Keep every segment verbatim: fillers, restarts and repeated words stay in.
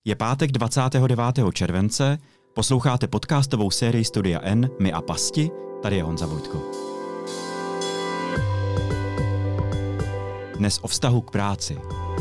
Je pátek dvacátého devátého července, posloucháte podcastovou sérii Studia N, My a pasti, tady je Honza Vojtko. Dnes o vztahu k práci.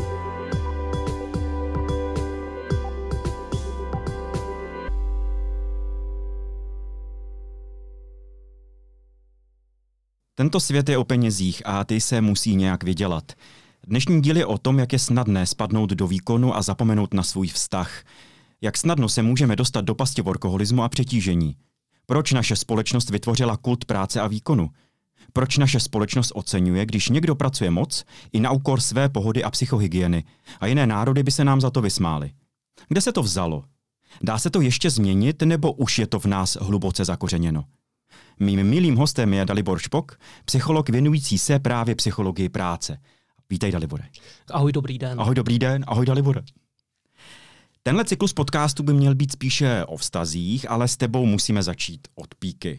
Tento svět je o penězích a ty se musí nějak vydělat. Dnešní díl je o tom, jak je snadné spadnout do výkonu a zapomenout na svůj vztah. Jak snadno se můžeme dostat do pasti workoholismu a přetížení. Proč naše společnost vytvořila kult práce a výkonu? Proč naše společnost oceňuje, když někdo pracuje moc i na úkor své pohody a psychohygieny a jiné národy by se nám za to vysmály? Kde se to vzalo? Dá se to ještě změnit, nebo už je to v nás hluboce zakořeněno? Mým milým hostem je Dalibor Špok, psycholog věnující se právě psychologii práce. Vítej, Dalibore. Ahoj, dobrý den. Ahoj, dobrý den. Ahoj, Dalibore. Tenhle cyklus podcastů by měl být spíše o vztazích, ale s tebou musíme začít od píky.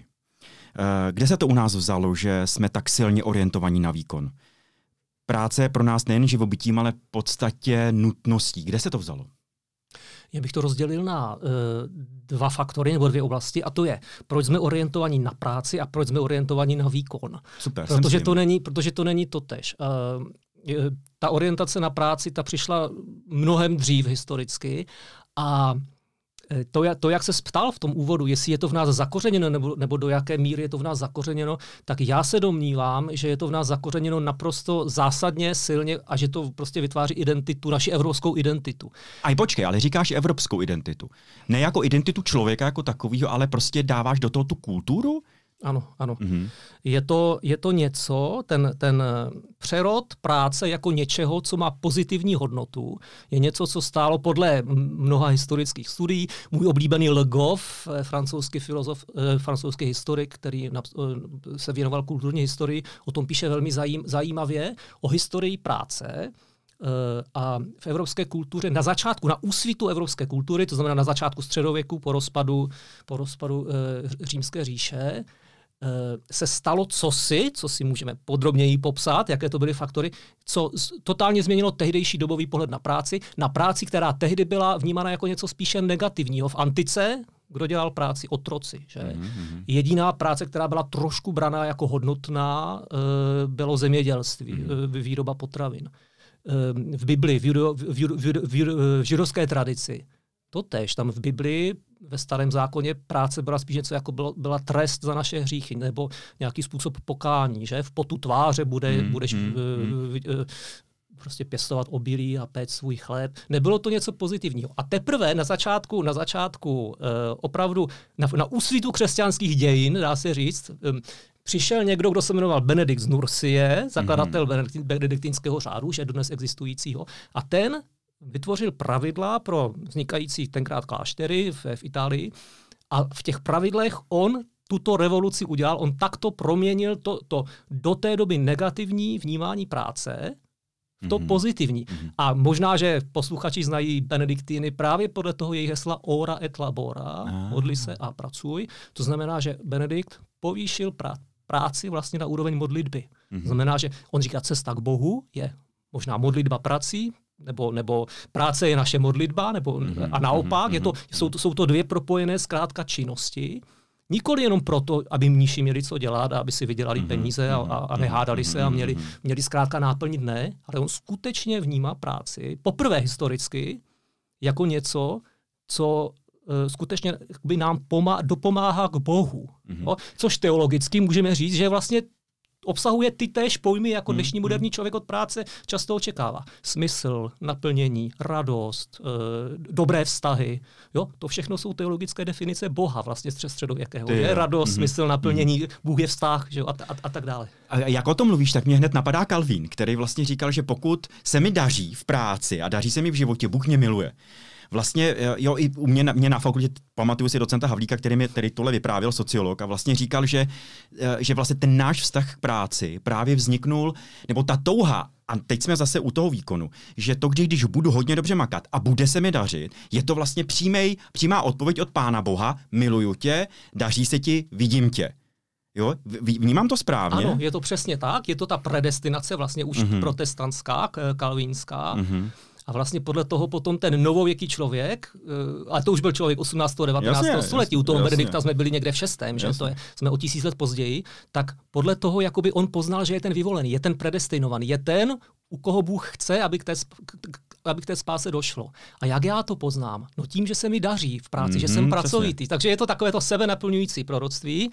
Kde se to u nás vzalo, že jsme tak silně orientovaní na výkon? Práce je pro nás nejen živobytím, ale v podstatě nutností. Kde se to vzalo? Já bych to rozdělil na uh, dva faktory nebo dvě oblasti, a to je, proč jsme orientovaní na práci a proč jsme orientovaní na výkon. Super, protože, to není, protože to není totéž. Uh, ta orientace na práci, ta přišla mnohem dřív historicky a To, to, jak se ptal v tom úvodu, jestli je to v nás zakořeněno nebo, nebo do jaké míry je to v nás zakořeněno, tak já se domnívám, že je to v nás zakořeněno naprosto zásadně, silně a že to prostě vytváří identitu, naši evropskou identitu. Aj počkej, ale říkáš evropskou identitu. Ne jako identitu člověka jako takového, ale prostě dáváš do toho tu kulturu? Ano, ano. Mm-hmm. Je to, je to něco, ten, ten přerod práce jako něčeho, co má pozitivní hodnotu, je něco, co stálo podle mnoha historických studií. Můj oblíbený Le Goff, francouzský filozof, francouzský historik, který se věnoval kulturní historii, o tom píše velmi zajím, zajímavě o historii práce. A v evropské kultuře na začátku, na úsvitu evropské kultury, to znamená na začátku středověku po rozpadu, po rozpadu e, římské říše, e, se stalo cosi, co si můžeme podrobněji popsat, jaké to byly faktory, co z, totálně změnilo tehdejší dobový pohled na práci, na práci, která tehdy byla vnímána jako něco spíše negativního. V antice, kdo dělal práci? Otroci. Že? Mm-hmm. Jediná práce, která byla trošku braná jako hodnotná, e, bylo zemědělství, mm-hmm. e, výroba potravin. V Bibli, v, judo, v, judo, v, judo, v, judo, v židovské tradici. Totéž tam v Bibli, ve Starém zákoně, práce byla spíš něco jako bylo, byla trest za naše hříchy, nebo nějaký způsob pokání, že v potu tváře bude, mm, budeš mm, uh, uh, prostě pěstovat obilí a péct svůj chléb. Nebylo to něco pozitivního. A teprve na začátku, na začátku uh, opravdu na, na úsvitu křesťanských dějin, dá se říct, um, přišel někdo, kdo se jmenoval Benedikt z Nursie, zakladatel mm-hmm. benediktínského řádu, že dnes existujícího, a ten vytvořil pravidla pro vznikající tenkrát kláštery v, v Itálii a v těch pravidlech on tuto revoluci udělal, on takto proměnil to, to do té doby negativní vnímání práce v to mm-hmm. pozitivní. Mm-hmm. A možná, že posluchači znají benediktiny právě podle toho jejich hesla ora et labora, ah. modli se a pracuj. To znamená, že Benedikt povýšil pra- práci vlastně na úroveň modlitby. Mm-hmm. To znamená, že on říká, cesta k Bohu je možná modlitba prací, nebo, nebo práce je naše modlitba, nebo, mm-hmm. a naopak, mm-hmm. je to, jsou, to, jsou to dvě propojené zkrátka činnosti. Nikoli jenom proto, aby mniši měli co dělat a aby si vydělali mm-hmm. peníze a, a nehádali se a měli, měli zkrátka náplň dne, ale on skutečně vnímá práci, poprvé historicky, jako něco, co uh, skutečně by nám pomá- dopomáhá k Bohu. Mm-hmm. No, což teologicky můžeme říct, že vlastně obsahuje ty též pojmy, jako dnešní moderní člověk od práce často očekává. Smysl, naplnění, radost, e, dobré vztahy. Jo? To všechno jsou teologické definice Boha, vlastně středověkého. Je radost, mm-hmm. smysl, naplnění, mm-hmm. Bůh je vztah, že jo? A, a, a tak dále. A jak o tom mluvíš, tak mě hned napadá Calvin, který vlastně říkal, že pokud se mi daří v práci a daří se mi v životě, Bůh mě miluje. Vlastně, jo, i u mě na, mě na fakultě, pamatuju si docenta Havlíka, který mi který tohle vyprávěl, sociolog, a vlastně říkal, že, že vlastně ten náš vztah k práci právě vzniknul, nebo ta touha, a teď jsme zase u toho výkonu, že to, když budu hodně dobře makat a bude se mi dařit, je to vlastně přímej, přímá odpověď od Pána Boha, miluju tě, daří se ti, vidím tě. Jo, vnímám to správně? Ano, je to přesně tak, je to ta predestinace vlastně už mm-hmm. protestantská, kalvínská. Mm-hmm. A vlastně podle toho potom ten novověký člověk, a to už byl člověk osmnáctého devatenáctého století, u toho Benedikta jsme byli někde v šestém, že to je, jsme o tisíc let později, tak podle toho jakoby on poznal, že je ten vyvolený, je ten predestinovaný, je ten, u koho Bůh chce, aby k té, aby k té spáse došlo. A jak já to poznám? No tím, že se mi daří v práci, mm-hmm, že jsem pracovitý. Přesně. Takže je to takové to sebenaplňující proroctví.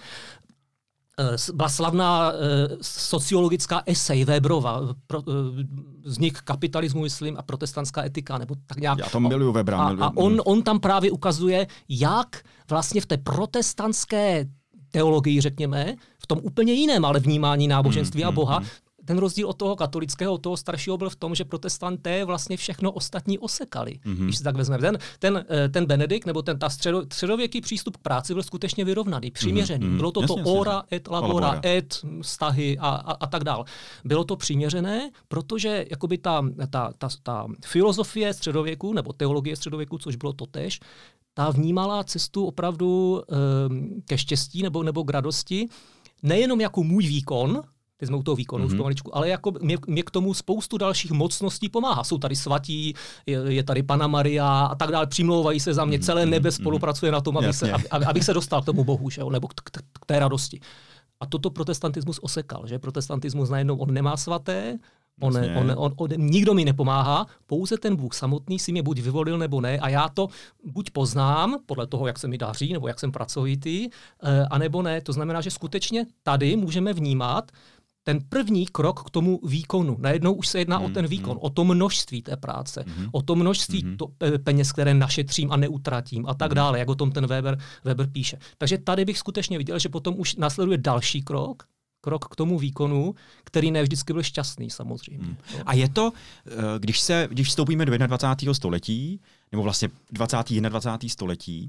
Byla slavná uh, sociologická esej Weberova, pro, uh, vznik kapitalismu, myslím, a protestantská etika, nebo tak nějak. Já to miluju Webera. A, a on, on tam právě ukazuje, jak vlastně v té protestantské teologii, řekněme, v tom úplně jiném, ale vnímání náboženství mm, a Boha, mm, ten rozdíl od toho katolického, od toho staršího byl v tom, že protestanté vlastně všechno ostatní osekali. Mm-hmm. Když si tak vezmeme. Ten, ten, ten Benedikt, nebo ten ta středo, středověký přístup k práci byl skutečně vyrovnaný, přiměřený. Mm-hmm. Bylo to jasně, to ora jasně. et labora, labora. et vztahy a, a, a tak dál. Bylo to přiměřené, protože jakoby ta, ta, ta, ta filozofie středověku, nebo teologie středověku, což bylo totéž, ta vnímala cestu opravdu um, ke štěstí nebo, nebo k radosti, nejenom jako můj výkon, teď jsme u toho výkonu mm-hmm. už pomaličku, ale jako mě, mě k tomu spoustu dalších mocností pomáhá. Jsou tady svatí, je, je tady Panna Maria a tak dále, přimlouvají se za mě, celé nebe spolupracuje na tom, aby se, aby, abych se dostal k tomu Bohu, že? Nebo k, k, k té radosti. A toto protestantismus osekal, že protestantismus najednou on nemá svaté, On, on, on, on, nikdo mi nepomáhá, pouze ten Bůh samotný si mě buď vyvolil nebo ne a já to buď poznám podle toho, jak se mi daří nebo jak jsem pracovitý, anebo ne. To znamená, že skutečně tady můžeme vnímat ten první krok k tomu výkonu. Najednou už se jedná mm, o ten výkon, mm. o to množství té práce, mm. o to množství mm. to, peněz, které našetřím a neutratím a tak mm. dále, jak o tom ten Weber, Weber píše. Takže tady bych skutečně viděl, že potom už následuje další krok, krok k tomu výkonu, který ne vždycky byl šťastný samozřejmě. Hmm. A je to, když se, když vstoupíme do dvacátého prvního století, nebo vlastně dvacátého jednadvacátého století,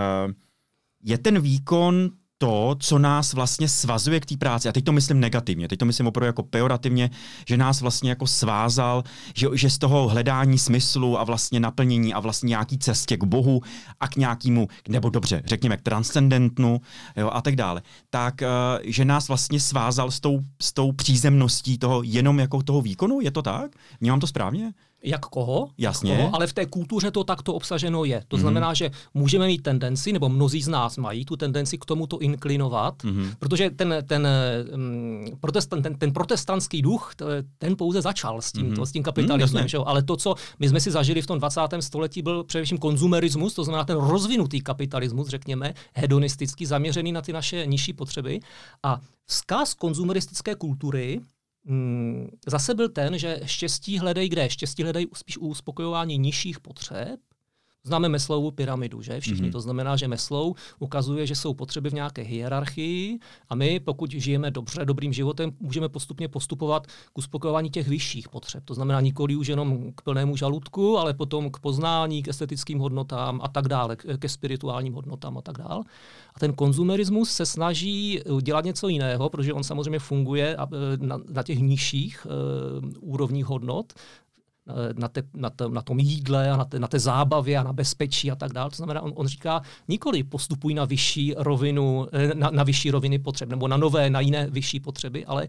je ten výkon to, co nás vlastně svazuje k té práci. A teď to myslím negativně, teď to myslím opravdu jako pejorativně, že nás vlastně jako svázal, že, že z toho hledání smyslu a vlastně naplnění a vlastně nějaký cestě k Bohu a k nějakému, nebo dobře, řekněme k transcendentnu, jo, a tak dále, tak že nás vlastně svázal s tou, s tou přízemností toho jenom jako toho výkonu, je to tak? Vnímám to správně? Jak koho? Jasně. Koho, ale v té kultuře to takto obsaženo je. To mm-hmm. znamená, že můžeme mít tendenci, nebo mnozí z nás mají tu tendenci k tomuto inklinovat, mm-hmm. protože ten, ten, um, protestant, ten, ten protestantský duch, ten pouze začal s tím, mm-hmm. to, s tím kapitalismem. Mm, ale to, co my jsme si zažili v tom dvacátém století, byl především konzumerismus, to znamená ten rozvinutý kapitalismus, řekněme, hedonistický, zaměřený na ty naše nižší potřeby. A vzkaz konzumeristické kultury Hmm, zase byl ten, že štěstí hledají kde? Štěstí hledají spíš u uspokojování nižších potřeb. Známe Maslowovu pyramidu, že? Všichni. Mm-hmm. To znamená, že Maslow ukazuje, že jsou potřeby v nějaké hierarchii a my, pokud žijeme dobře, dobrým životem, můžeme postupně postupovat k uspokojování těch vyšších potřeb. To znamená nikoli už jenom k plnému žaludku, ale potom k poznání, k estetickým hodnotám a tak dále, ke spirituálním hodnotám a tak dále. A ten konzumerismus se snaží dělat něco jiného, protože on samozřejmě funguje na, na těch nižších uh, úrovních hodnot, Na, te, na, te, na tom jídle a na, te, na té zábavě a na bezpečí a tak dále. To znamená, on, on říká, nikoli postupuj na vyšší rovinu, na, na vyšší roviny potřeb, nebo na nové, na jiné vyšší potřeby, ale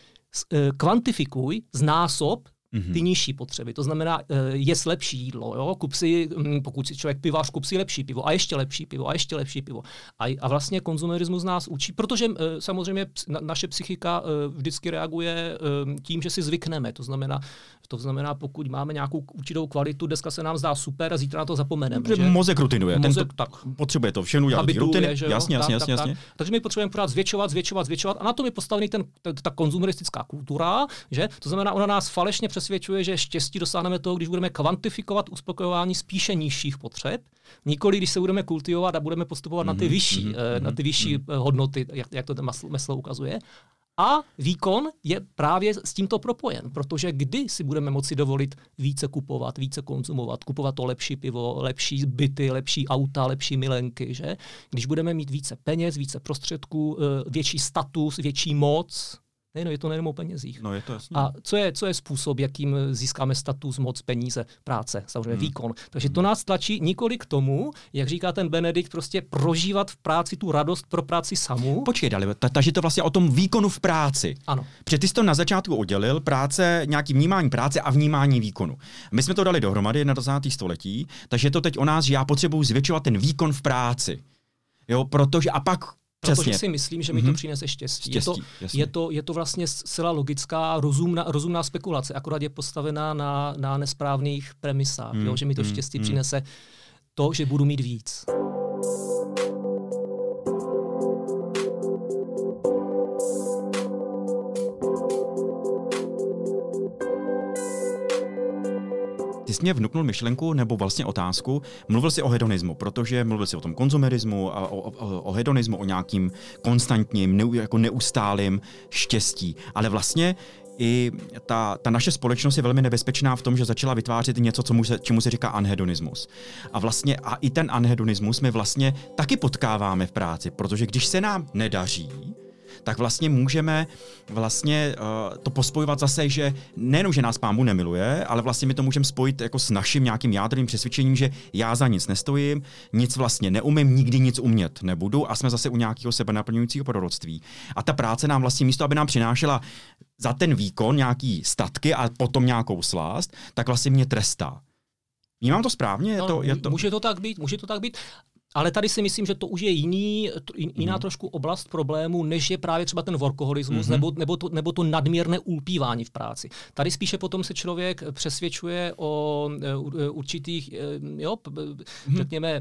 kvantifikuj, znásob ty nižší potřeby. To znamená, je lepší jídlo. Jo? Kup si, pokud si člověk pivář, kup si lepší pivo a ještě lepší pivo a ještě lepší pivo. A, a vlastně konzumerismus nás učí, protože samozřejmě na, naše psychika vždycky reaguje tím, že si zvykneme. To znamená, to znamená, pokud máme nějakou určitou kvalitu, dneska se nám zdá super a zítra na to zapomeneme. Že mozek rutinuje. Mozek, Ten to, potřebuje to všechno udělat. Rutiny. Jasně, jasně, tak, jasně, tak, jasně. Tak. Takže my potřebujeme pořád zvětšovat, zvětšovat, zvětšovat a na tom je postavený ten, ta, ta konzumeristická kultura, že? To znamená, ona nás falešně přesvědčuje, že štěstí dosáhneme toho, když budeme kvantifikovat uspokojování spíše nižších potřeb, nikoli když se budeme kultivovat a budeme postupovat mm-hmm, na ty vyšší, mm-hmm, na ty vyšší mm-hmm. hodnoty, jak, jak to ten Maslow ukazuje. A výkon je právě s tímto propojen, protože kdy si budeme moci dovolit více kupovat, více konzumovat, kupovat to lepší pivo, lepší byty, lepší auta, lepší milenky, že? Když budeme mít více peněz, více prostředků, větší status, větší moc, Ne, no, je to nejen o penězích. No, je to jasný. A co je, co je způsob, jakým získáme status, moc, peníze, práce, samozřejmě hmm. výkon. Takže to nás tlačí nikoli k tomu, jak říká ten Benedikt, prostě prožívat v práci tu radost pro práci samu. Počkej, Dali, takže to vlastně o tom výkonu v práci. Ano. Protože ty jsi to na začátku oddělil, práce, nějaký vnímání práce a vnímání výkonu. My jsme to dali dohromady na dvacátém století, takže je to teď o nás, že já potřebuji zvětšovat ten výkon v práci. Jo, protože a pak Protože přesně. si myslím, že mi to přinese štěstí. štěstí je, to, je, to, je to vlastně zcela logická, rozumná, rozumná spekulace, akorát je postavená na, na nesprávných premisách, mm, jo, že mi to štěstí mm, přinese to, že budu mít víc. Ty jsi mě vnuknul myšlenku nebo vlastně otázku, mluvil jsi o hedonismu, protože mluvil jsi o tom konzumerismu, a o, o, o hedonismu, o nějakým konstantním, ne, jako neustálým štěstí. Ale vlastně i ta, ta naše společnost je velmi nebezpečná v tom, že začala vytvářet něco, co mu se, čemu se říká anhedonismus. A vlastně a i ten anhedonismus my vlastně taky potkáváme v práci, protože když se nám nedaří, tak vlastně můžeme vlastně uh, to pospojovat zase, že nejenom, že nás Pán Bůh nemiluje, ale vlastně my to můžeme spojit jako s naším nějakým jádrným přesvědčením, že já za nic nestojím, nic vlastně neumím, nikdy nic umět nebudu a jsme zase u nějakého sebenaplňujícího proroctví. A ta práce nám vlastně místo, aby nám přinášela za ten výkon nějaký statky a potom nějakou slást, tak vlastně mě trestá. Vnímám to správně? Je no, to, je to... Může to tak být, může to tak být. Ale tady si myslím, že to už je jiný, jiná mm. trošku oblast problému, než je právě třeba ten workoholismus mm-hmm. nebo, nebo, to, nebo to nadměrné ulpívání v práci. Tady spíše potom se člověk přesvědčuje o určitých, jo, mm-hmm. řekněme,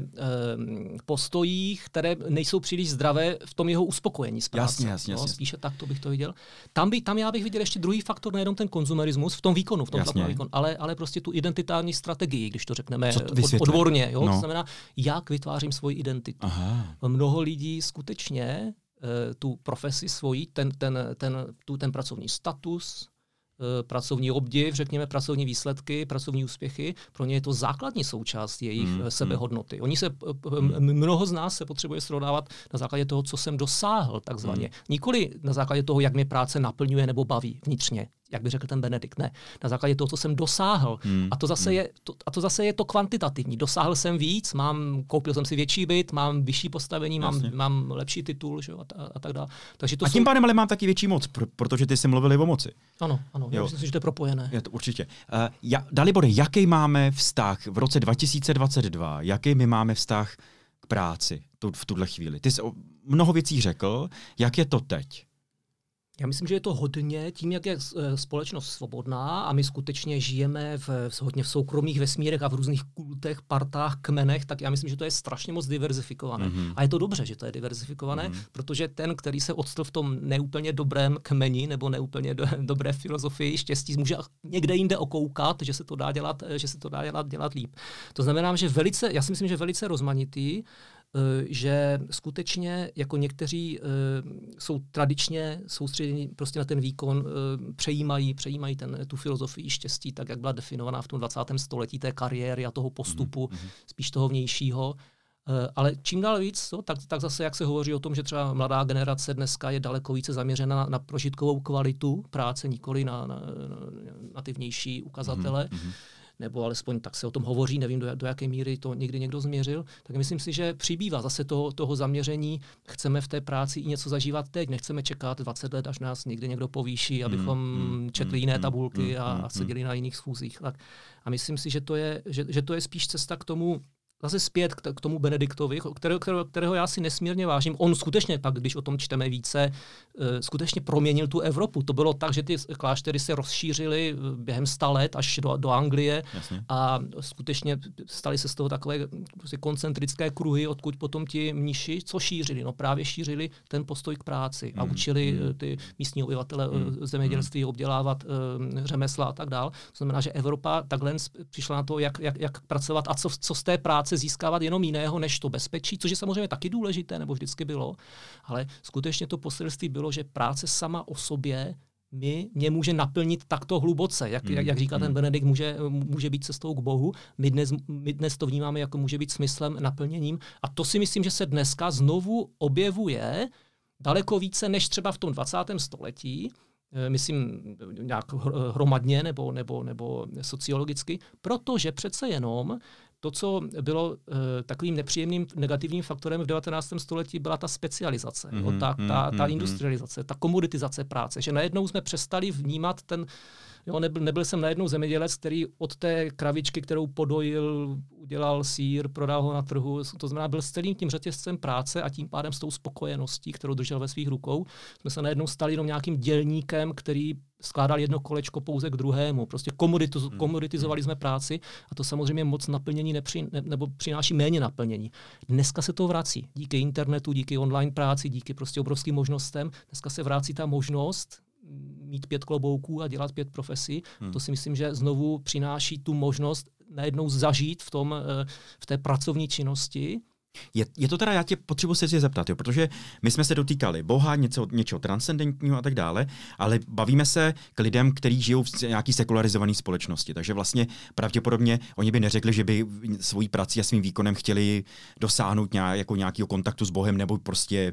postojích, které nejsou příliš zdravé v tom jeho uspokojení z práce. Jasně, jasně, no, jasně. Spíše tak to bych to viděl. Tam, by, tam já bych viděl ještě druhý faktor, nejenom ten konzumerismus v tom výkonu, v tom výkonu, ale, ale prostě tu identitární strategii, když to řekneme od, odborně. Jo? No. To znamená, jak vytvářím svoji identitu. Aha. Mnoho lidí skutečně e, tu profesi svoji, ten, ten, ten, tu, ten pracovní status, e, pracovní obdiv, řekněme pracovní výsledky, pracovní úspěchy, pro ně je to základní součást jejich hmm. sebehodnoty. Oni se, mnoho z nás se potřebuje srovnávat na základě toho, co jsem dosáhl, takzvaně. Hmm. Nikoli na základě toho, jak mě práce naplňuje nebo baví vnitřně. Jak by řekl ten Benedikt, ne. Na základě toho, co jsem dosáhl. Hmm. A, to zase hmm. je, to, a to zase je to kvantitativní. Dosáhl jsem víc, mám, koupil jsem si větší byt, mám vyšší postavení, mám, mám lepší titul, že, a, a, a tak dále. Takže to a tím jsou... pádem ale mám taky větší moc, pr- protože ty jsi mluvili o moci. Ano, ano, já myslím si, že to je propojené. Je to určitě. Uh, ja, Dalibore, jaký máme vztah v roce dva tisíce dvacet dva, jaký my máme vztah k práci tu, v tuhle chvíli? Ty jsi o mnoho věcí řekl, jak je to teď? Já myslím, že je to hodně tím, jak je společnost svobodná a my skutečně žijeme v, v hodně v soukromých vesmírech a v různých kultech, partách, kmenech, tak já myslím, že to je strašně moc diverzifikované. Mm-hmm. A je to dobře, že to je diverzifikované, mm-hmm. protože ten, který se odstl v tom neúplně dobrém kmeni nebo neúplně do, dobré filozofii štěstí, může někde jinde okoukat, že se to dá dělat, že se to dá dělat, dělat líp. To znamená, že velice, já si myslím, že velice rozmanitý, že skutečně jako někteří uh, jsou tradičně soustředěni prostě na ten výkon, uh, přejímají, přejímají ten, tu filozofii štěstí, tak jak byla definovaná v tom dvacátém století, té kariéry a toho postupu, mm-hmm. spíš toho vnějšího. Uh, ale čím dál víc, to, tak, tak zase jak se hovoří o tom, že třeba mladá generace dneska je daleko více zaměřena na, na prožitkovou kvalitu práce, nikoli na, na, na ty vnější ukazatele, mm-hmm. nebo alespoň tak se o tom hovoří, nevím, do, do jaké míry to někdy někdo změřil, tak myslím si, že přibývá zase toho, toho zaměření, chceme v té práci i něco zažívat teď, nechceme čekat dvacet let, až nás někdy někdo povýší, abychom mm, četli mm, jiné tabulky mm, a, a seděli na jiných schůzích. Tak. A myslím si, že to, je, že, že to je spíš cesta k tomu, zase zpět k tomu Benediktovi, kterého, kterého, kterého já si nesmírně vážím. On skutečně pak, když o tom čteme více, skutečně proměnil tu Evropu. To bylo tak, že ty kláštery se rozšířily během sta let až do, do Anglie. Jasně. A skutečně staly se z toho takové prostě koncentrické kruhy, odkud potom ti mniši co šířili? No právě šířili ten postoj k práci a učili mm. ty místní obyvatele mm. zemědělství obdělávat uh, řemesla a tak dál. To znamená, že Evropa takhle přišla na to, jak, jak, jak pracovat a co, co z té práce získávat jenom jiného než to bezpečí, což je samozřejmě taky důležité, nebo vždycky bylo, ale skutečně to poselství bylo, že práce sama o sobě my, mě může naplnit takto hluboce, jak, mm, jak, jak říká mm. ten Benedikt, může, může být cestou k Bohu. My dnes, my dnes to vnímáme, jako může být smyslem, naplněním a to si myslím, že se dneska znovu objevuje daleko více než třeba v tom dvacátém století, myslím nějak hromadně nebo, nebo, nebo sociologicky, protože přece jenom to, co bylo uh, takovým nepříjemným negativním faktorem v devatenáctém století, byla ta specializace, mm-hmm, jo, ta, ta, ta industrializace, ta komoditizace práce, že najednou jsme přestali vnímat ten, jo, nebyl, nebyl jsem najednou zemědělec, který od té kravičky, kterou podojil, udělal sýr, prodal ho na trhu, to znamená, byl s celým tím řetězcem práce a tím pádem s tou spokojeností, kterou držel ve svých rukou, jsme se najednou stali jenom nějakým dělníkem, který skládal jedno kolečko pouze k druhému. Prostě komoditiz, komoditizovali jsme práci a to samozřejmě moc naplnění nepři, ne, nebo přináší méně naplnění. Dneska se to vrací. Díky internetu, díky online práci, díky prostě obrovským možnostem. Dneska se vrací ta možnost mít pět klobouků a dělat pět profesí. Hmm. To si myslím, že znovu přináší tu možnost najednou zažít v, tom, v té pracovní činnosti. Je, je to teda, já tě potřebuji se tě zeptat, jo, protože my jsme se dotýkali Boha, něco, něčeho transcendentního a tak dále, ale bavíme se k lidem, kteří žijou v nějaký sekularizované společnosti, takže vlastně pravděpodobně oni by neřekli, že by svojí prací a svým výkonem chtěli dosáhnout nějak, jako nějakého kontaktu s Bohem nebo prostě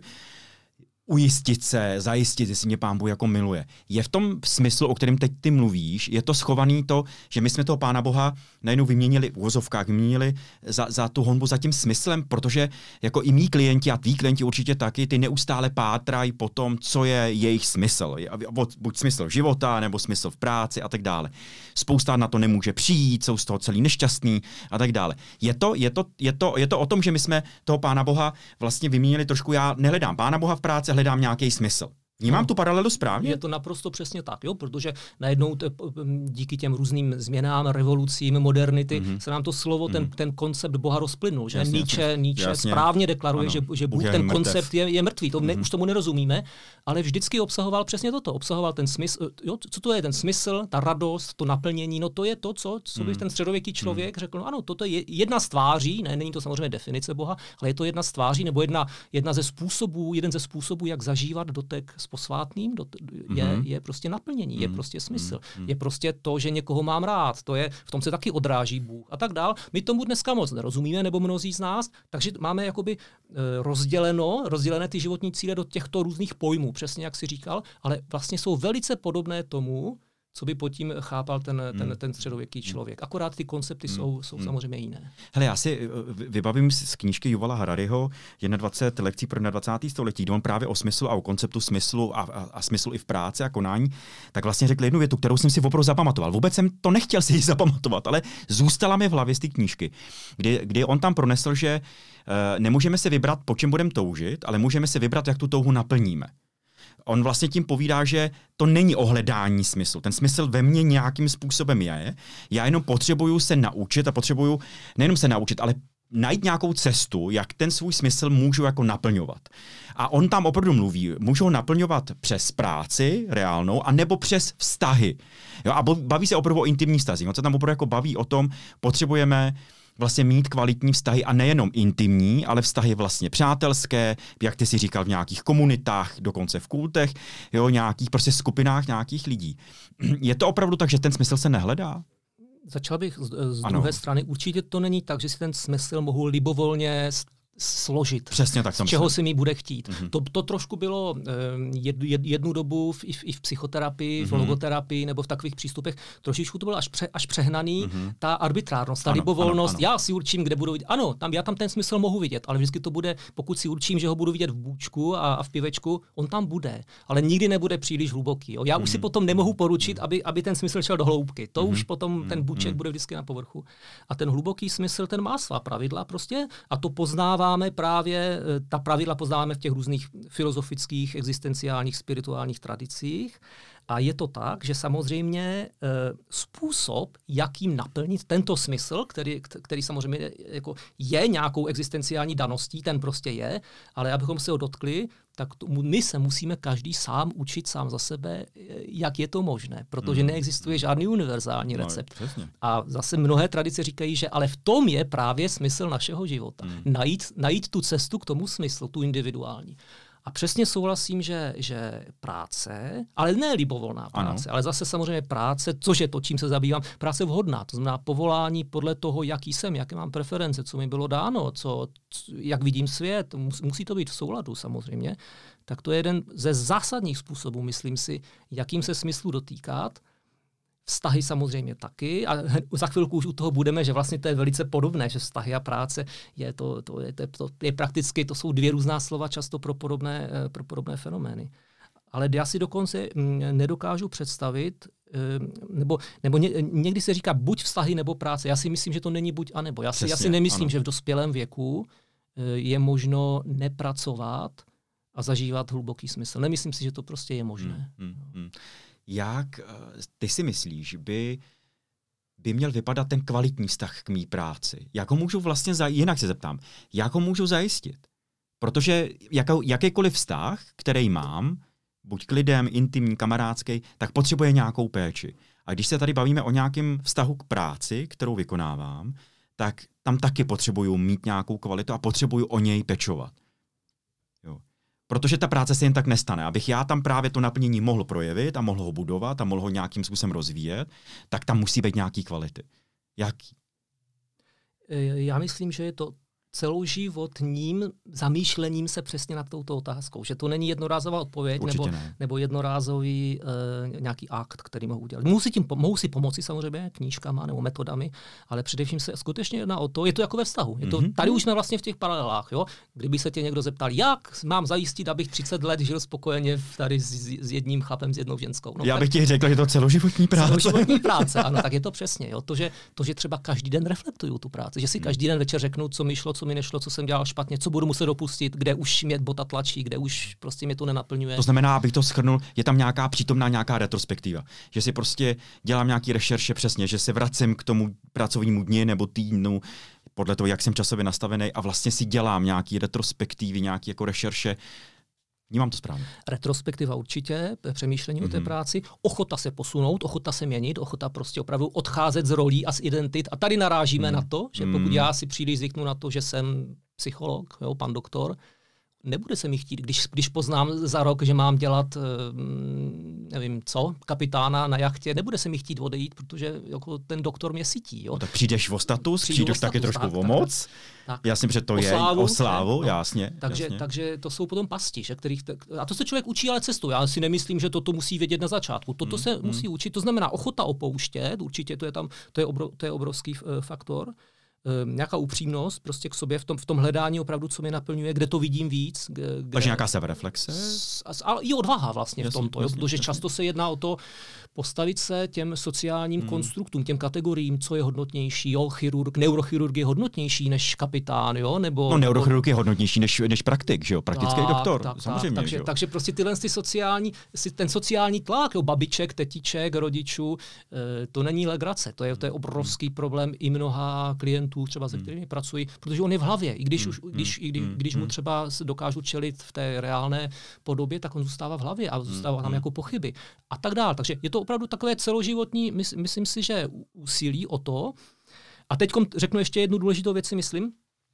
ujistit se, zajistit, jestli mě Pán Bůh jako miluje. Je v tom smyslu, o kterém teď ty mluvíš, je to schovaný to, že my jsme toho Pána Boha najednou vyměnili v uvozovkách, vyměnili za, za tu honbu za tím smyslem, protože jako i mý klienti a tví klienti určitě taky, ty neustále pátrají po tom, co je jejich smysl. Buď smysl života, nebo smysl v práci a tak dále. Spousta na to nemůže přijít, jsou z toho celý nešťastný a tak dále. Je to, je to, je to, je to o tom, že my jsme toho Pána Boha vlastně vyměnili trošku, já nehledám Pána Boha v práci, hledám nějaký smysl. Vnímám no, tu paralelu správně? Je to naprosto přesně tak, jo, protože najednou te, díky těm různým změnám, revolucím, modernity mm-hmm. se nám to slovo, mm-hmm. ten, ten koncept Boha rozplynul. Že Nietzsche, Nietzsche správně deklaruje, že, že Bůh, ten mrtev. Koncept je, je mrtvý. To ne, mm-hmm. už tomu nerozumíme, ale vždycky obsahoval přesně toto. Obsahoval ten smysl. Jo, co to je ten smysl, ta radost, to naplnění? No to je to, co, co by mm-hmm. ten středověký člověk mm-hmm. řekl. No ano, toto je jedna z tváří, ne, není to samozřejmě definice Boha, ale je to jedna z tváří nebo jedna, jedna ze způsobů, jeden ze způsobů, jak zažívat dotek s posvátným, je, mm-hmm. je prostě naplnění, mm-hmm. je prostě smysl. Mm-hmm. Je prostě to, že někoho mám rád, to je, v tom se taky odráží Bůh a tak dál. My tomu dneska moc nerozumíme, nebo mnozí z nás, takže máme jakoby rozděleno, rozdělené ty životní cíle do těchto různých pojmů, přesně jak jsi říkal, ale vlastně jsou velice podobné tomu, co by pod tím chápal ten, ten, hmm. ten středověký člověk. Akorát ty koncepty hmm. jsou, jsou hmm. samozřejmě jiné. Hele, já si vybavím z knížky Yuvala Harariho dvacet jedna lekcí pro dvacátého století, kde on právě o smyslu a o konceptu smyslu a, a, a smyslu i v práci a konání, tak vlastně řekl jednu větu, kterou jsem si opravdu zapamatoval. Vůbec jsem to nechtěl si ji zapamatovat, ale zůstala mi v hlavě z té knížky, kdy, kdy on tam pronesl, že uh, nemůžeme si vybrat, po čem budeme toužit, ale můžeme si vybrat, jak tu touhu naplníme. On vlastně tím povídá, že to není o hledání smyslu. Ten smysl ve mně nějakým způsobem je. Já jenom potřebuju se naučit a potřebuju nejenom se naučit, ale najít nějakou cestu, jak ten svůj smysl můžu jako naplňovat. A on tam opravdu mluví, můžu ho naplňovat přes práci reálnou, anebo přes vztahy. Jo, a baví se opravdu o intimních vztazích. On se tam opravdu jako baví o tom, potřebujeme vlastně mít kvalitní vztahy a nejenom intimní, ale vztahy vlastně přátelské, jak ty si říkal, v nějakých komunitách, dokonce v kultech, jo, nějakých prostě skupinách nějakých lidí. Je to opravdu tak, že ten smysl se nehledá? Začal bych z, z druhé strany. Určitě to není tak, že si ten smysl mohu libovolně složit, přesně tak, z čeho se mi bude chtít. Mm-hmm. To, to trošku bylo jed, jed, jednu dobu v, i, v, i v psychoterapii, mm-hmm. v logoterapii nebo v takových přístupech. Trošičku to bylo až, pře, až přehnaný. Mm-hmm. Ta arbitrárnost, ta ano, libovolnost. Ano, ano. Já si určím, kde budu vidět. Ano, tam, já tam ten smysl mohu vidět, ale vždycky to bude, pokud si určím, že ho budu vidět v bůčku a, a v pivečku, on tam bude. Ale nikdy nebude příliš hluboký. Jo? Já mm-hmm. už si potom nemohu poručit, aby, aby ten smysl šel do hloubky. To mm-hmm. už potom ten bůček mm-hmm. bude vždycky na povrchu. A ten hluboký smysl, ten má svá pravidla prostě a to poznává právě, ta pravidla poznáváme v těch různých filozofických, existenciálních, spirituálních tradicích. A je to tak, že samozřejmě e, způsob, jakým naplnit tento smysl, který, který samozřejmě jako je nějakou existenciální daností, ten prostě je, ale abychom se ho dotkli, tak to, my se musíme každý sám učit sám za sebe, jak je to možné, protože hmm. neexistuje žádný univerzální recept. No, a zase mnohé tradice říkají, že ale v tom je právě smysl našeho života. Hmm. Najít, najít tu cestu k tomu smyslu, tu individuální. A přesně souhlasím, že, že práce, ale ne libovolná práce, ano. ale zase samozřejmě práce, což je to, čím se zabývám, práce vhodná, to znamená povolání podle toho, jaký jsem, jaké mám preference, co mi bylo dáno, co, jak vidím svět, musí to být v souladu samozřejmě, tak to je jeden ze zásadních způsobů, myslím si, jakým se smyslu dotýkat. Vztahy samozřejmě taky a za chvilku už u toho budeme, že vlastně to je velice podobné, že vztahy a práce je to, to, je, to, to je prakticky, to jsou dvě různá slova často pro podobné, pro podobné fenomény. Ale já si dokonce nedokážu představit, nebo, nebo ně, někdy se říká buď vztahy nebo práce. Já si myslím, že to není buď a nebo. Já si, Přesně, já si nemyslím, ano. že v dospělém věku je možno nepracovat a zažívat hluboký smysl. Nemyslím si, že to prostě je možné. Hmm, hmm, hmm. Jak ty si myslíš, by, by měl vypadat ten kvalitní vztah k mý práci? Jak ho můžu vlastně, zaj- jinak se zeptám, jak ho můžu zajistit? Protože jakou, jakýkoliv vztah, který mám, buď k lidem, intimní, kamarádský, tak potřebuje nějakou péči. A když se tady bavíme o nějakém vztahu k práci, kterou vykonávám, tak tam taky potřebuju mít nějakou kvalitu a potřebuju o něj pečovat. Jo. Protože ta práce se jen tak nestane. Abych já tam právě to naplnění mohl projevit a mohl ho budovat a mohl ho nějakým způsobem rozvíjet, tak tam musí být nějaký kvality. Jaký? Já myslím, že je to celoživotním zamýšlením se přesně nad touto otázkou. Že to není jednorázová odpověď nebo, nebo jednorázový uh, nějaký akt, který mohu udělat. Mohu si, tím, mohu si pomoci samozřejmě knížkama nebo metodami, ale především se skutečně jedná o to, je to jako ve vztahu. Je to, mm-hmm. Tady už jsme vlastně v těch paralelách. Jo? Kdyby se tě někdo zeptal, jak mám zajistit, abych třicet let žil spokojeně tady s, s jedním chlapem, s jednou ženskou. No, Já bych ti řekl, že to celoživotní práce. Celoživotní práce, ano, tak je to přesně. Jo? To, že, to, že třeba každý den reflektuju tu práci, že si každý den večer řeknu, co mi šlo, co mi nešlo, co jsem dělal špatně, co budu muset dopustit, kde už mě bota tlačí, kde už prostě mě to nenaplňuje. To znamená, abych to shrnul, je tam nějaká přítomná nějaká retrospektiva. Že si prostě dělám nějaký rešerše přesně, že se vracím k tomu pracovnímu dni nebo týdnu, podle toho, jak jsem časově nastavený a vlastně si dělám nějaký retrospektivy, nějaký jako rešerše. Vnímám to správně. Retrospektiva určitě, přemýšlení mm-hmm. o té práci, ochota se posunout, ochota se měnit, ochota prostě opravdu odcházet z rolí a z identit. A tady narážíme mm. na to, že pokud mm. já si příliš zvyknu na to, že jsem psycholog, jo, pan doktor, nebude se mi chtít, když, když poznám za rok, že mám dělat, nevím co, kapitána na jachtě, nebude se mi chtít odejít, protože jako ten doktor mě sytí. Jo. No, tak přijdeš o status, Přijdu přijdeš o status, taky trošku tak, o moc. Tak, jasně, protože to o je slávu, o slávu, no. jasně, takže, jasně. Takže to jsou potom pasti, že, kterých, a to se člověk učí ale cestou. Já si nemyslím, že toto musí vědět na začátku. Toto hmm, se hmm. musí učit, to znamená ochota opouštět, určitě to je tam, to je, obro, to je obrovský uh, faktor. Um, nějaká upřímnost prostě k sobě v tom, v tom hledání opravdu, co mě naplňuje, kde to vidím víc. Kde, Takže nějaká sebereflexe? Ale i odvaha vlastně jasně, v tomto, jasně, protože jasně. často se jedná o to postavit se těm sociálním hmm. konstruktům, těm kategoriím, co je hodnotnější. Jo, chirurg, neurochirurg je hodnotnější než kapitán, jo, nebo... No neurochirurg je hodnotnější než, než praktik, že jo, praktický tak, doktor, tak, samozřejmě. Tak, takže, takže prostě tyhle ty sociální, ten sociální tlak, jo, babiček, tetiček, rodičů, to není legrace, to je, to je obrovský hmm. problém i mnoha klientů, třeba se kterými hmm. pracuji, protože on je v hlavě, i když, už, když, i když, když mu třeba dokážu čelit v té reálné podobě, tak on zůstává v hlavě a zůstává tam jako pochyby a tak dál. Takže je to opravdu takové celoživotní, mys, myslím si, že úsilí o to. A teď řeknu ještě jednu důležitou věc, si myslím.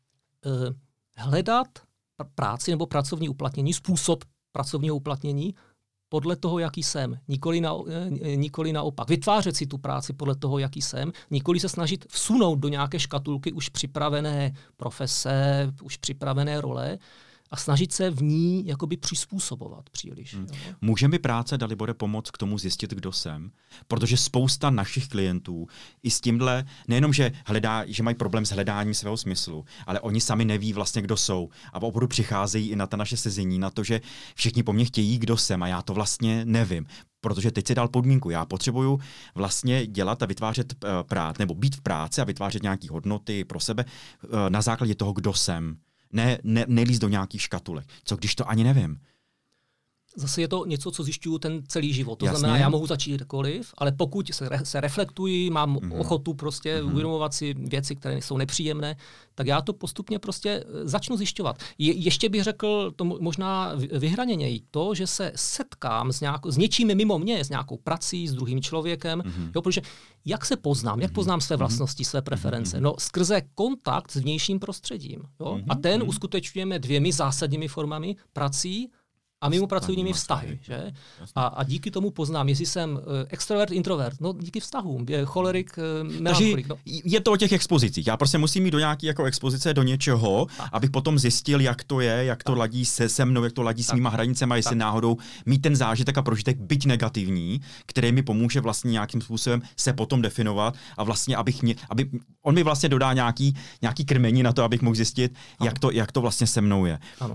Eh, hledat práci nebo pracovní uplatnění, způsob pracovního uplatnění podle toho, jaký jsem. Nikoli, na, nikoli naopak. Vytvářet si tu práci podle toho, jaký jsem. Nikoli se snažit vsunout do nějaké škatulky už připravené profese, už připravené role a snažit se v ní jakoby přizpůsobovat příliš. Hmm. Může mi práce, Dalibore, pomoct k tomu zjistit, kdo jsem? Protože spousta našich klientů i s tímhle, nejenom, že, hledá, že mají problém s hledáním svého smyslu, ale oni sami neví vlastně, kdo jsou. A opravdu přicházejí i na ta naše sezení, na to, že všichni po mně chtějí, kdo jsem a já to vlastně nevím. Protože teď si dal podmínku. Já potřebuju vlastně dělat a vytvářet práci, nebo být v práci a vytvářet nějaké hodnoty pro sebe na základě toho, kdo jsem. Ne, ne, nelíz do nějakých škatulek. Co když to ani nevím? Zase je to něco, co zjišťuju ten celý život. To Jasně. znamená, já mohu začít kdekoliv, ale pokud se, re, se reflektuji, mám mm-hmm. ochotu prostě mm-hmm. uvědomovat si věci, které jsou nepříjemné, tak já to postupně prostě začnu zjišťovat. Je, ještě bych řekl to možná vyhraněněji to, že se setkám s, nějakou, s něčím mimo mě, s nějakou prací, s druhým člověkem, mm-hmm. jo, protože jak se poznám, jak poznám své vlastnosti, své preference? Mm-hmm. No skrze kontakt s vnějším prostředím. Jo? Mm-hmm. A ten uskutečňujeme dvěmi zásadními formami, prací A mimo pracovními vztahy. Že? A, a díky tomu poznám, jestli jsem uh, extrovert, introvert. No díky vztahům. Je cholerik, uh, melancholik. No. Je to o těch expozicích. Já prostě musím jít do nějaké jako expozice, do něčeho, tak. abych potom zjistil, jak to je, jak to tak. ladí se se mnou, jak to ladí tak. s mýma hranicema, jestli tak. náhodou mít ten zážitek a prožitek byť negativní, který mi pomůže vlastně nějakým způsobem se potom definovat a vlastně, abych mě, aby on mi vlastně dodá nějaký, nějaký krmení na to, abych mohl zjistit, jak to, jak to vlastně se mnou je. Ano.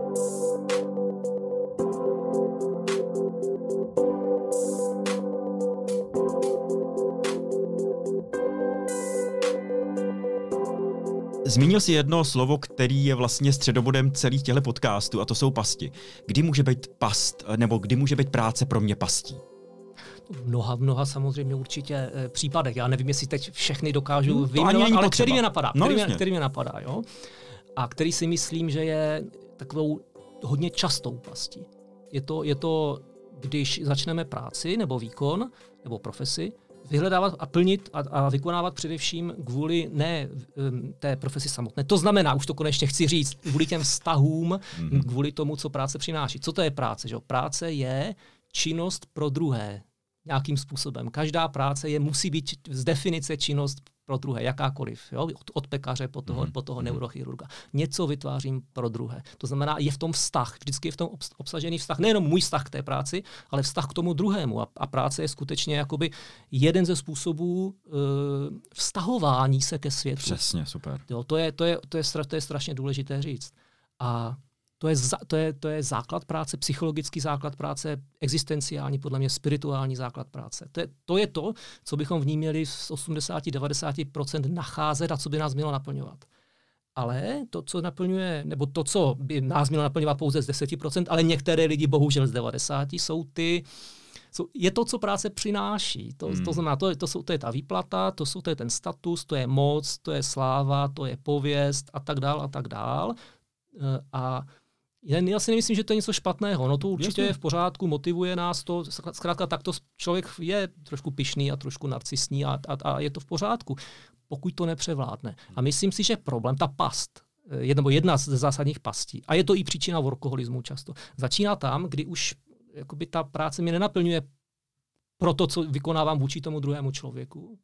Zmínil jsi jedno slovo, který je vlastně středobodem celých těchto podcastů, a to jsou pasti. Kdy může být past, nebo kdy může být práce pro mě pastí? V mnoha, mnoha samozřejmě určitě e, případech. Já nevím, jestli teď všechny dokážu hmm, vyjmenovat, ale který mě napadá, no, který, mě, který mě napadá, jo? A který si myslím, že je takovou hodně častou pastí. Je to, je to, když začneme práci nebo výkon nebo profesi, vyhledávat a plnit a, a vykonávat především kvůli ne um, té profesi samotné. To znamená, už to konečně chci říct, kvůli těm vztahům, mm-hmm. kvůli tomu, co práce přináší. Co to je práce? Že? Práce je činnost pro druhé nějakým způsobem. Každá práce je musí být z definice činnost pro druhé, jakákoliv. Jo? Od, od pekaře po toho, mm-hmm. po toho neurochirurga. Něco vytvářím pro druhé. To znamená, je v tom vztah. Vždycky je v tom obsažený vztah. Nejenom můj vztah k té práci, ale vztah k tomu druhému. A, a práce je skutečně jakoby jeden ze způsobů uh, vztahování se ke světu. Přesně, super. Jo, to, je, to, je, to, je, to je strašně důležité říct. A To je, to, je, to je základ práce, psychologický základ práce, existenciální, podle mě spirituální základ práce. To je, to je to, co bychom v ní měli z osmdesát až devadesát procent nacházet a co by nás mělo naplňovat. Ale to, co naplňuje, nebo to, co by nás mělo naplňovat pouze z deset procent, ale některé lidi bohužel z devadesát procent, jsou ty, jsou, je to, co práce přináší. To, hmm. to znamená, to, to, jsou, to je ta výplata, to, jsou, to je ten status, to je moc, to je sláva, to je pověst a tak dál a tak dál. A já si nemyslím, že to je něco špatného. No to určitě je v pořádku, motivuje nás to. Zkrátka takto člověk je trošku pyšný a trošku narcisní a, a, a je to v pořádku, pokud to nepřevládne. A myslím si, že problém, ta past, nebo jedna z zásadních pastí, a je to i příčina workoholismu často, začíná tam, kdy už jakoby ta práce mě nenaplňuje pro to, co vykonávám vůči tomu druhému člověku,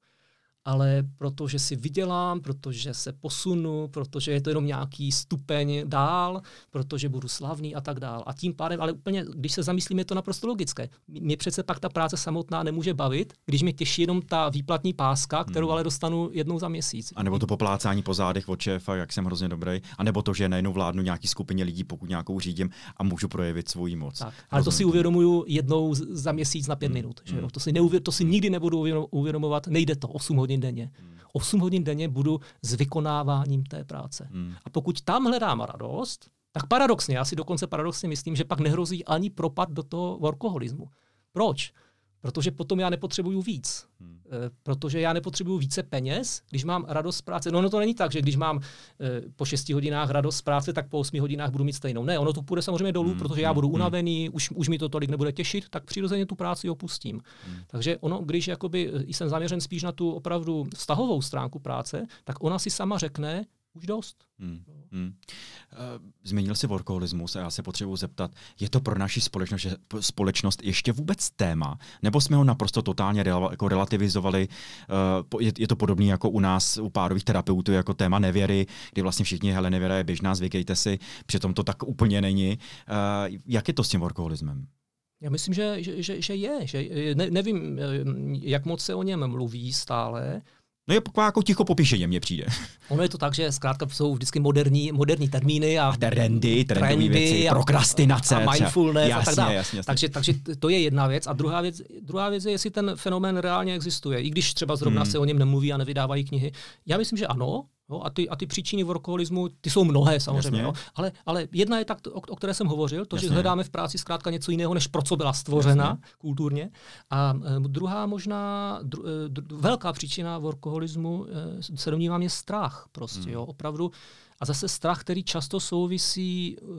ale protože si vydělám, protože se posunu, protože je to jenom nějaký stupeň dál, protože budu slavný a tak dál. A tím pádem, ale úplně, když se zamyslím, je to naprosto logické. Mě přece pak ta práce samotná nemůže bavit, když mě těší jenom ta výplatní páska, kterou hmm. ale dostanu jednou za měsíc. A nebo to poplácání po zádech od šéfa, jak jsem hrozně dobrý, a nebo to, že najednou vládnu nějaký skupině lidí, pokud nějakou řídím a můžu projevit svoji moc. Tak. Ale to si uvědomuju jednou za měsíc na pět hmm. minut. Že? Hmm. To, si neuvěd, to si nikdy nebudu uvědomovat, nejde to osm hodin denně. Hmm. osm hodin denně budu s vykonáváním té práce. Hmm. A pokud tam hledám radost, tak paradoxně, já si dokonce paradoxně myslím, že pak nehrozí ani propad do toho workoholismu. Proč? Protože potom já nepotřebuju víc. Hmm. E, protože já nepotřebuju více peněz, když mám radost z práce. No, no to není tak, že když mám e, po šesti hodinách radost z práce, tak po osmi hodinách budu mít stejnou. Ne, ono to půjde samozřejmě dolů, hmm. protože já budu unavený, hmm. už, už mi to tolik nebude těšit, tak přirozeně tu práci opustím. Hmm. Takže ono, když jakoby jsem zaměřen spíš na tu opravdu vztahovou stránku práce, tak ona si sama řekne, už dost. Hmm. Hmm. Zmínil jsi workoholismus a já se potřebuji zeptat, je to pro naši společnost, společnost ještě vůbec téma? Nebo jsme ho naprosto totálně rel, jako relativizovali? Je, je to podobné jako u nás, u párových terapeutů, jako téma nevěry, kdy vlastně všichni, hele, nevěra je běžná, zvykejte si, přitom to tak úplně není. Jak je to s tím workoholismem? Já myslím, že, že, že, že je. Že, ne, nevím, jak moc se o něm mluví stále. No je jako ticho popíšeně mně přijde. Ono je to tak, že zkrátka jsou vždycky moderní, moderní termíny a, a trendy, trendy věci, a, prokrastinace a mindfulness jasně, a tak dále. Jasně, jasně. Takže, takže to je jedna věc. A druhá věc, druhá věc je, jestli ten fenomén reálně existuje. I když třeba zrovna hmm. se o něm nemluví a nevydávají knihy. Já myslím, že ano. Jo, a, ty, a ty příčiny workoholismu, ty jsou mnohé samozřejmě, jo, ale, ale jedna je tak, o, o které jsem hovořil, to, Jasně. že hledáme v práci zkrátka něco jiného, než pro co byla stvořena Jasně. kulturně. A e, druhá možná, dru, e, dru, velká příčina workoholismu e, se domnívám je strach prostě, hmm. jo, opravdu. A zase strach, který často souvisí e,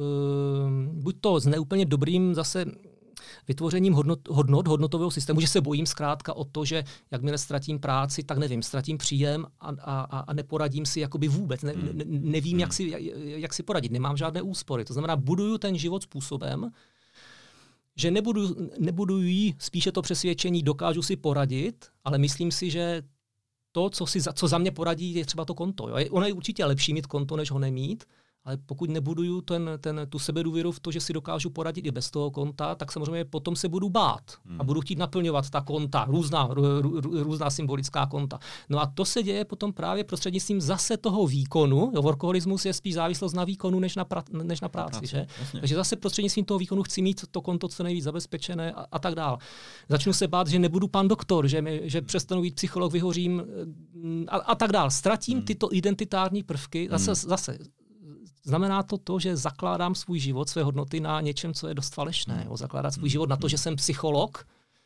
buď to s neúplně dobrým zase vytvořením hodnot, hodnot, hodnotového systému, že se bojím zkrátka o to, že jakmile ztratím práci, tak nevím, ztratím příjem a, a, a neporadím si jakoby vůbec. Ne, ne, nevím, jak si, jak si poradit, nemám žádné úspory. To znamená, buduju ten život způsobem, že nebudu, nebudují spíše to přesvědčení, dokážu si poradit, ale myslím si, že to, co, si za, co za mě poradí, je třeba to konto. Jo? Ono je určitě lepší mít konto, než ho nemít, ale pokud nebuduju ten, ten, tu sebedůvěru v to, že si dokážu poradit i bez toho konta, tak samozřejmě potom se budu bát a budu chtít naplňovat ta konta, různá, rů, rů, různá symbolická konta. No a to se děje potom právě prostřednictvím zase toho výkonu. Jo, workoholismus je spíš závislost na výkonu než na, pra, než na práci. práci že? Takže zase prostřednictvím toho výkonu chci mít to konto co nejvíc zabezpečené a, a tak dál. Začnu se bát, že nebudu pan doktor, že, mi, že přestanu být psycholog, vyhořím a, a tak dál. Ztratím hmm. tyto identitární prvky. Zase, hmm. zase znamená to to, že zakládám svůj život, své hodnoty na něčem, co je dost falešné. Jo. Zakládat svůj život na to, že jsem psycholog,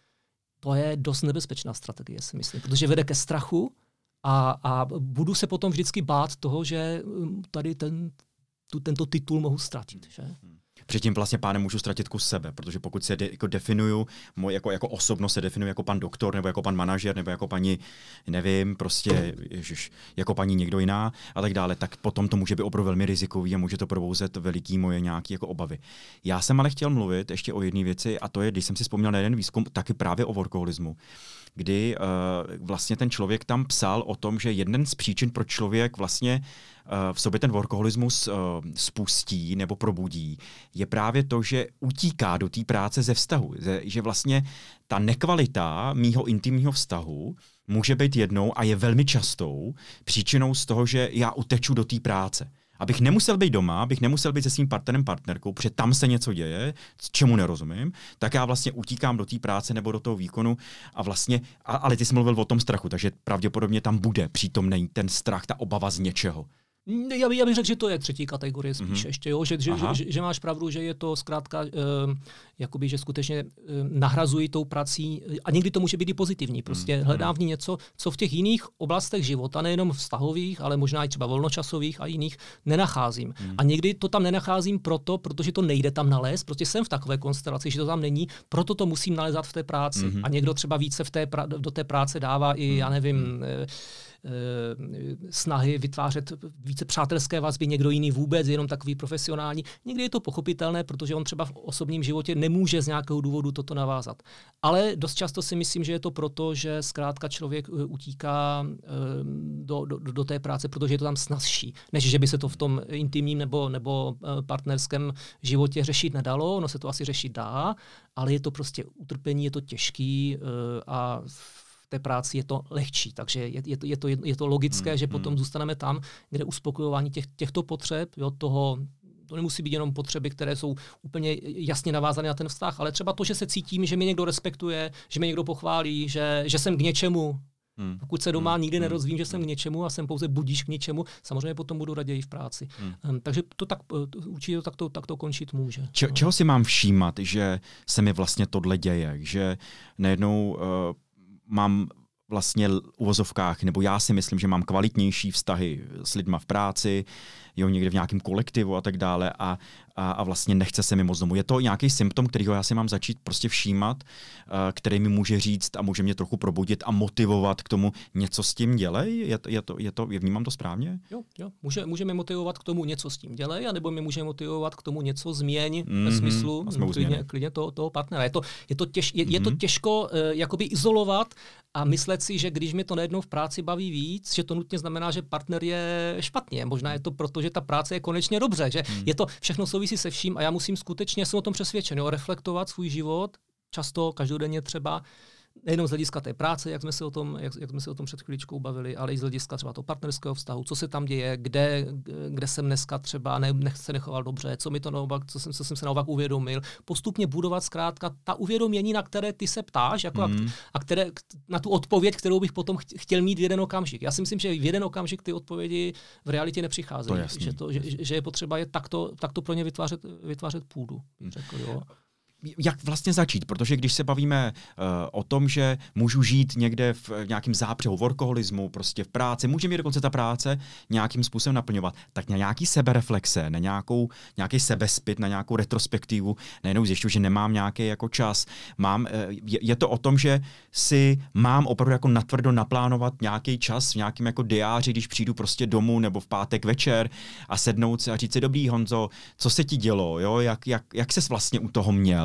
to je dost nebezpečná strategie, si myslím, protože vede ke strachu a, a budu se potom vždycky bát toho, že tady ten, tu, tento titul mohu ztratit. Že? Před tím vlastně pánem můžu ztratit kus sebe, protože pokud se de, jako definuju, můj, jako, jako osobnost se definuju jako pan doktor, nebo jako pan manažer, nebo jako paní, nevím, prostě, ježiš, jako paní někdo jiná a tak dále, tak potom to může být opravdu velmi rizikový a může to probouzet veliký moje nějaké jako obavy. Já jsem ale chtěl mluvit ještě o jedné věci a to je, když jsem si vzpomněl na jeden výzkum, taky právě o workoholismu, kdy uh, vlastně ten člověk tam psal o tom, že jeden z příčin, proč člověk vlastně uh, v sobě ten workoholismus uh, spustí nebo probudí, je právě to, že utíká do té práce ze vztahu. Že, že vlastně ta nekvalita mýho intimního vztahu může být jednou a je velmi častou příčinou z toho, že já uteču do té práce. Abych nemusel být doma, abych nemusel být se svým partnerem, partnerkou, protože tam se něco děje, čemu nerozumím, tak já vlastně utíkám do té práce nebo do toho výkonu a vlastně, a, ale ty jsi mluvil o tom strachu, takže pravděpodobně tam bude přítomný ten strach, ta obava z něčeho. Já, by, já bych řekl, že to je třetí kategorie spíš mm-hmm. ještě, jo? Že, že, že, že máš pravdu, že je to zkrátka, uh, jakoby, že skutečně uh, nahrazují tou prací a někdy to může být i pozitivní. Prostě mm-hmm. hledám v ní něco, co v těch jiných oblastech života, nejenom vztahových, ale možná i třeba volnočasových a jiných, nenacházím. Mm-hmm. A někdy to tam nenacházím proto, protože to nejde tam nalézt, prostě jsem v takové konstelaci, že to tam není, proto to musím nalézat v té práci. Mm-hmm. A někdo třeba více v té pra- do té práce dává i, mm-hmm. já nevím, uh, snahy vytvářet více přátelské vazby, někdo jiný vůbec, jenom takový profesionální. Někdy je to pochopitelné, protože on třeba v osobním životě nemůže z nějakého důvodu toto navázat. Ale dost často si myslím, že je to proto, že zkrátka člověk utíká do, do, do té práce, protože je to tam snazší, než že by se to v tom intimním nebo, nebo partnerském životě řešit nedalo. Ono se to asi řešit dá, ale je to prostě utrpení, je to těžký a té práci je to lehčí, takže je, je, to, je, to, je to logické, hmm, že potom hmm. zůstaneme tam, kde uspokojování těch, těchto potřeb, jo, toho, to nemusí být jenom potřeby, které jsou úplně jasně navázané na ten vztah, ale třeba to, že se cítím, že mě někdo respektuje, že mě někdo pochválí, že, že jsem k něčemu. Hmm. Pokud se doma nikdy nerozvím, že jsem k něčemu a jsem pouze budíš k něčemu, samozřejmě potom budu raději v práci. Hmm. Um, takže to tak, určitě to takto, takto končit může. Če, čeho si mám všímat, že se mi vlastně tohle děje, že najednou uh, mám vlastně v uvozovkách, nebo já si myslím, že mám kvalitnější vztahy s lidma v práci, jo, někde v nějakém kolektivu a tak dále a, a, a vlastně nechce se mi moc domů. Je to nějaký symptom, kterýho já si mám začít prostě všímat, uh, který mi může říct a může mě trochu probudit a motivovat k tomu něco s tím dělej? Je to, je to, je to, vnímám to správně? Jo, jo. Může, můžeme motivovat k tomu něco s tím dělej, anebo mě může motivovat k tomu něco změň mm-hmm. ve smyslu klidně, klidně toho, toho partnera. Je to, je to, těž, je, mm-hmm. je to těžko uh, jakoby izolovat a myslet si, že když mi to nejednou v práci baví víc, že to nutně znamená, že partner je špatně. Možná je to proto, že ta práce je konečně dobře, že hmm. je to všechno souvisí se vším a já musím skutečně, jsem o tom přesvědčen, jo, reflektovat svůj život, často každodenně třeba, nejenom z hlediska té práce, jak jsme se o tom, jak, jak jsme se o tom před chvíličkou bavili, ale i z hlediska třeba toho partnerského vztahu, co se tam děje, kde, kde jsem dneska třeba ne, nech, se nechoval dobře, co mi to naopak, co jsem, co jsem se naopak uvědomil. Postupně budovat zkrátka ta uvědomění, na které ty se ptáš, jako mm. a které, na tu odpověď, kterou bych potom chtěl mít v jeden okamžik. Já si myslím, že v jeden okamžik ty odpovědi v realitě nepřicházejí. To že, to, že, že je potřeba je takto, takto pro ně vytvářet, vytvářet půdu. Mm. Řekl, jo. Jak vlastně začít? Protože když se bavíme uh, o tom, že můžu žít někde v nějakém zápřehu workoholismu, prostě v práci, může mě dokonce ta práce nějakým způsobem naplňovat, tak na nějaký sebereflexe, na nějakou, nějaký sebespyt, na nějakou retrospektivu, najednou zjišťuji, že nemám nějaký jako čas. Mám, je, je to o tom, že si mám opravdu jako natvrdo naplánovat nějaký čas v nějakém jako diáři, když přijdu prostě domů nebo v pátek večer a sednout si a říct si, dobrý Honzo, co se ti dělo, jo? Jak, jak, jak ses vlastně u toho měl?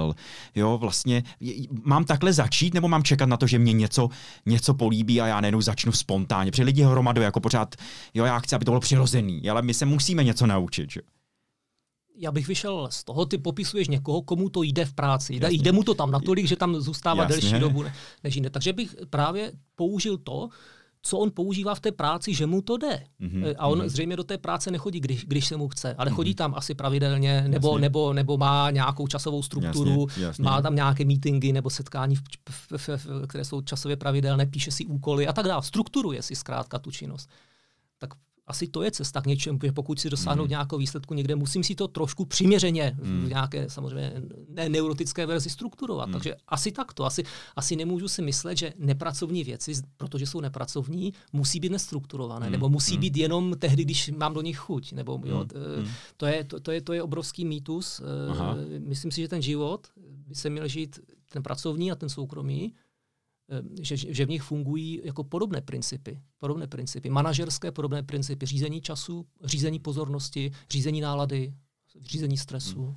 říkal. Jo, vlastně mám takhle začít, nebo mám čekat na to, že mě něco, něco políbí a já najednou začnu spontánně. Protože lidi hromadou jako pořád, jo, já chci, aby to bylo přirozený, ale my se musíme něco naučit. Že? Já bych vyšel z toho, ty popisuješ někoho, komu to jde v práci. Jde, jde mu to tam natolik, že tam zůstává Jasně. delší dobu než jinde. Takže bych právě použil to, co on používá v té práci, že mu to jde. Mm-hmm. A on mm-hmm. zřejmě do té práce nechodí, když, když se mu chce, ale mm-hmm. chodí tam asi pravidelně, nebo, nebo, nebo má nějakou časovou strukturu, jasně, jasně. má tam nějaké meetingy nebo setkání, v, v, v, v, které jsou časově pravidelné, píše si úkoly a tak dále. Strukturuje si zkrátka tu činnost. Tak asi to je cesta k něčemu, že pokud si dosáhnout mm. nějakou výsledku někde, musím si to trošku přiměřeně mm. v nějaké samozřejmě ne neurotické verzi strukturovat. Mm. Takže asi takto. Asi, asi nemůžu si myslet, že nepracovní věci, protože jsou nepracovní, musí být nestrukturované, mm. nebo musí mm. být jenom tehdy, když mám do nich chuť. Nebo, jo, mm. to, je, to, to, je, to je obrovský mýtus. Aha. Myslím si, že ten život by se měl žít, ten pracovní a ten soukromý, Že, že v nich fungují jako podobné principy, podobné principy, manažerské podobné principy, řízení času, řízení pozornosti, řízení nálady, řízení stresu.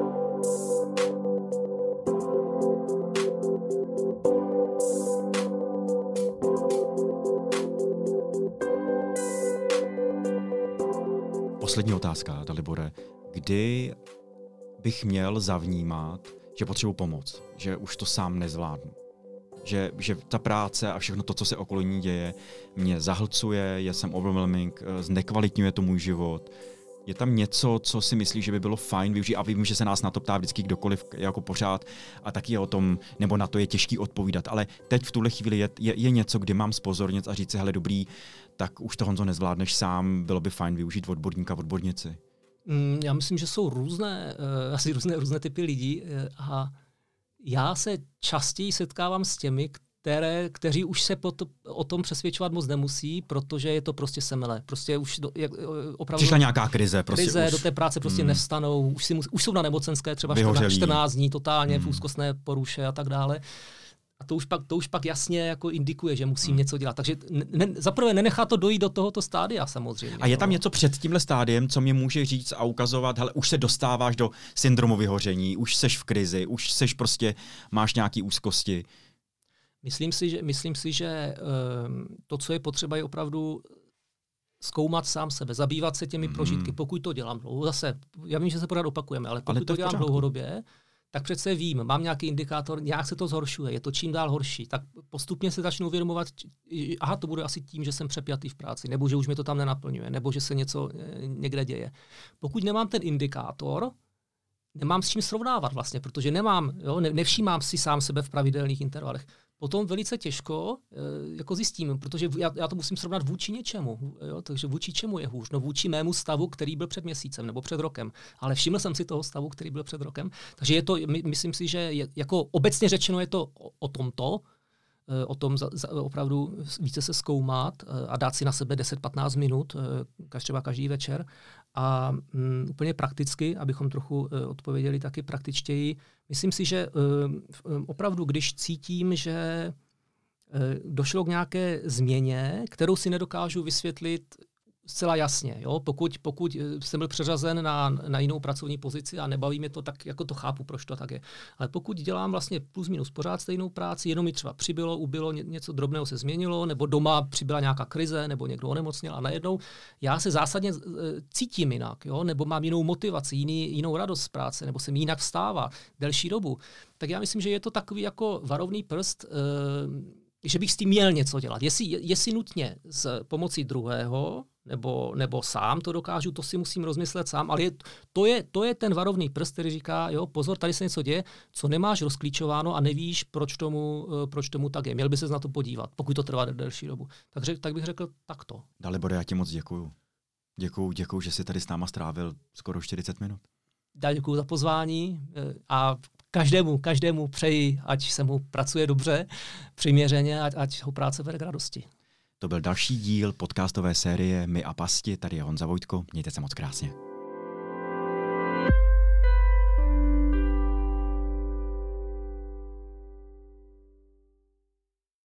Poslední otázka, Dalibore. Kdy bych měl zavnímat, že potřebuji pomoc, že už to sám nezvládnu? Že, že ta práce a všechno to, co se okolo ní děje, mě zahlcuje, já jsem overwhelming, znekvalitňuje to můj život. Je tam něco, co si myslíš, že by bylo fajn využít? A vím, že se nás na to ptá vždycky kdokoliv jako pořád a taky je o tom, nebo na to je těžký odpovídat. Ale teď v tuhle chvíli je, je, je něco, kdy mám zpozornět a říct si, hele dobrý, tak už to, Honzo, nezvládneš sám, bylo by fajn využít odborníka, odbornici. Mm, já myslím, že jsou různé, uh, asi různé, různé typy lidí uh, a já se častěji setkávám s těmi, které, kteří už se pot, o tom přesvědčovat moc nemusí, protože je to prostě semele. Prostě už do, jak, opravdu přišla nějaká krize. Prostě krize, už. do té práce prostě hmm. nevstanou, už, si mus, už jsou na nemocenské třeba Vyhořelí. čtrnáct dní, totálně hmm. v úzkostné poruše a tak dále. A to už pak, to už pak jasně jako indikuje, že musím hmm. něco dělat. Takže ne, zaprvé nenechá to dojít do tohoto stádia samozřejmě. A je tam no. něco před tímhle stádiem, co mě může říct a ukazovat, hele, už se dostáváš do syndromu vyhoření, už seš v krizi, už seš prostě, máš nějaký úzkosti. Myslím si, že, myslím si, že um, to, co je potřeba, je opravdu zkoumat sám sebe, zabývat se těmi hmm. prožitky. Pokud to dělám dlouho, zase, já vím, že se pořád opakujeme, ale pokud ale to, to dělám dlouhodobě, tak přece vím, mám nějaký indikátor, nějak se to zhoršuje, je to čím dál horší, tak postupně se začnu uvědomovat, aha, to bude asi tím, že jsem přepjatý v práci, nebo že už mě to tam nenaplňuje, nebo že se něco někde děje. Pokud nemám ten indikátor, nemám s čím srovnávat vlastně, protože nemám, jo, nevšímám si sám sebe v pravidelných intervalech. Potom velice těžko e, jako zjistím, protože já, já to musím srovnat vůči něčemu. Jo? Takže vůči čemu je hůř? No vůči mému stavu, který byl před měsícem nebo před rokem. Ale všiml jsem si toho stavu, který byl před rokem. Takže je to, my, myslím si, že je, jako obecně řečeno je to o, o tomto, e, o tom za, za, opravdu více se zkoumat e, a dát si na sebe deset patnáct minut, e, třeba každý večer. A um, úplně prakticky, abychom trochu uh, odpověděli taky praktičtěji, myslím si, že uh, opravdu, když cítím, že uh, došlo k nějaké změně, kterou si nedokážu vysvětlit zcela jasně. Jo? Pokud, pokud jsem byl přeřazen na, na jinou pracovní pozici a nebaví mě to, tak jako to chápu, proč to tak je. Ale pokud dělám vlastně plus minus pořád stejnou práci, jenom mi třeba přibylo, ubylo, ně, něco drobného se změnilo, nebo doma přibyla nějaká krize, nebo někdo onemocněl a najednou já se zásadně uh, cítím jinak, jo? Nebo mám jinou motivaci, jiný, jinou radost z práce, nebo se mi jinak vstává delší dobu. Tak já myslím, že je to takový jako varovný prst, uh, že bych s tím měl něco dělat. Jestli, jestli nutně s pomocí druhého, nebo, nebo sám to dokážu, to si musím rozmyslet sám, ale je, to, je, to je ten varovný prst, který říká, jo, pozor, tady se něco děje, co nemáš rozklíčováno a nevíš, proč tomu, proč tomu tak je. Měl by ses na to podívat, pokud to trvá delší dobu. Takže tak bych řekl takto. Dalibore, já ti moc děkuju. Děkuju, děkuju, že jsi tady s náma strávil skoro čtyřicet minut. Já děkuju za pozvání a každému, každému přeji, ať se mu pracuje dobře, přiměřeně, ať, ať ho práce vede k radosti. To byl další díl podcastové série My a pasti. Tady je Honza Vojtko. Mějte se moc krásně.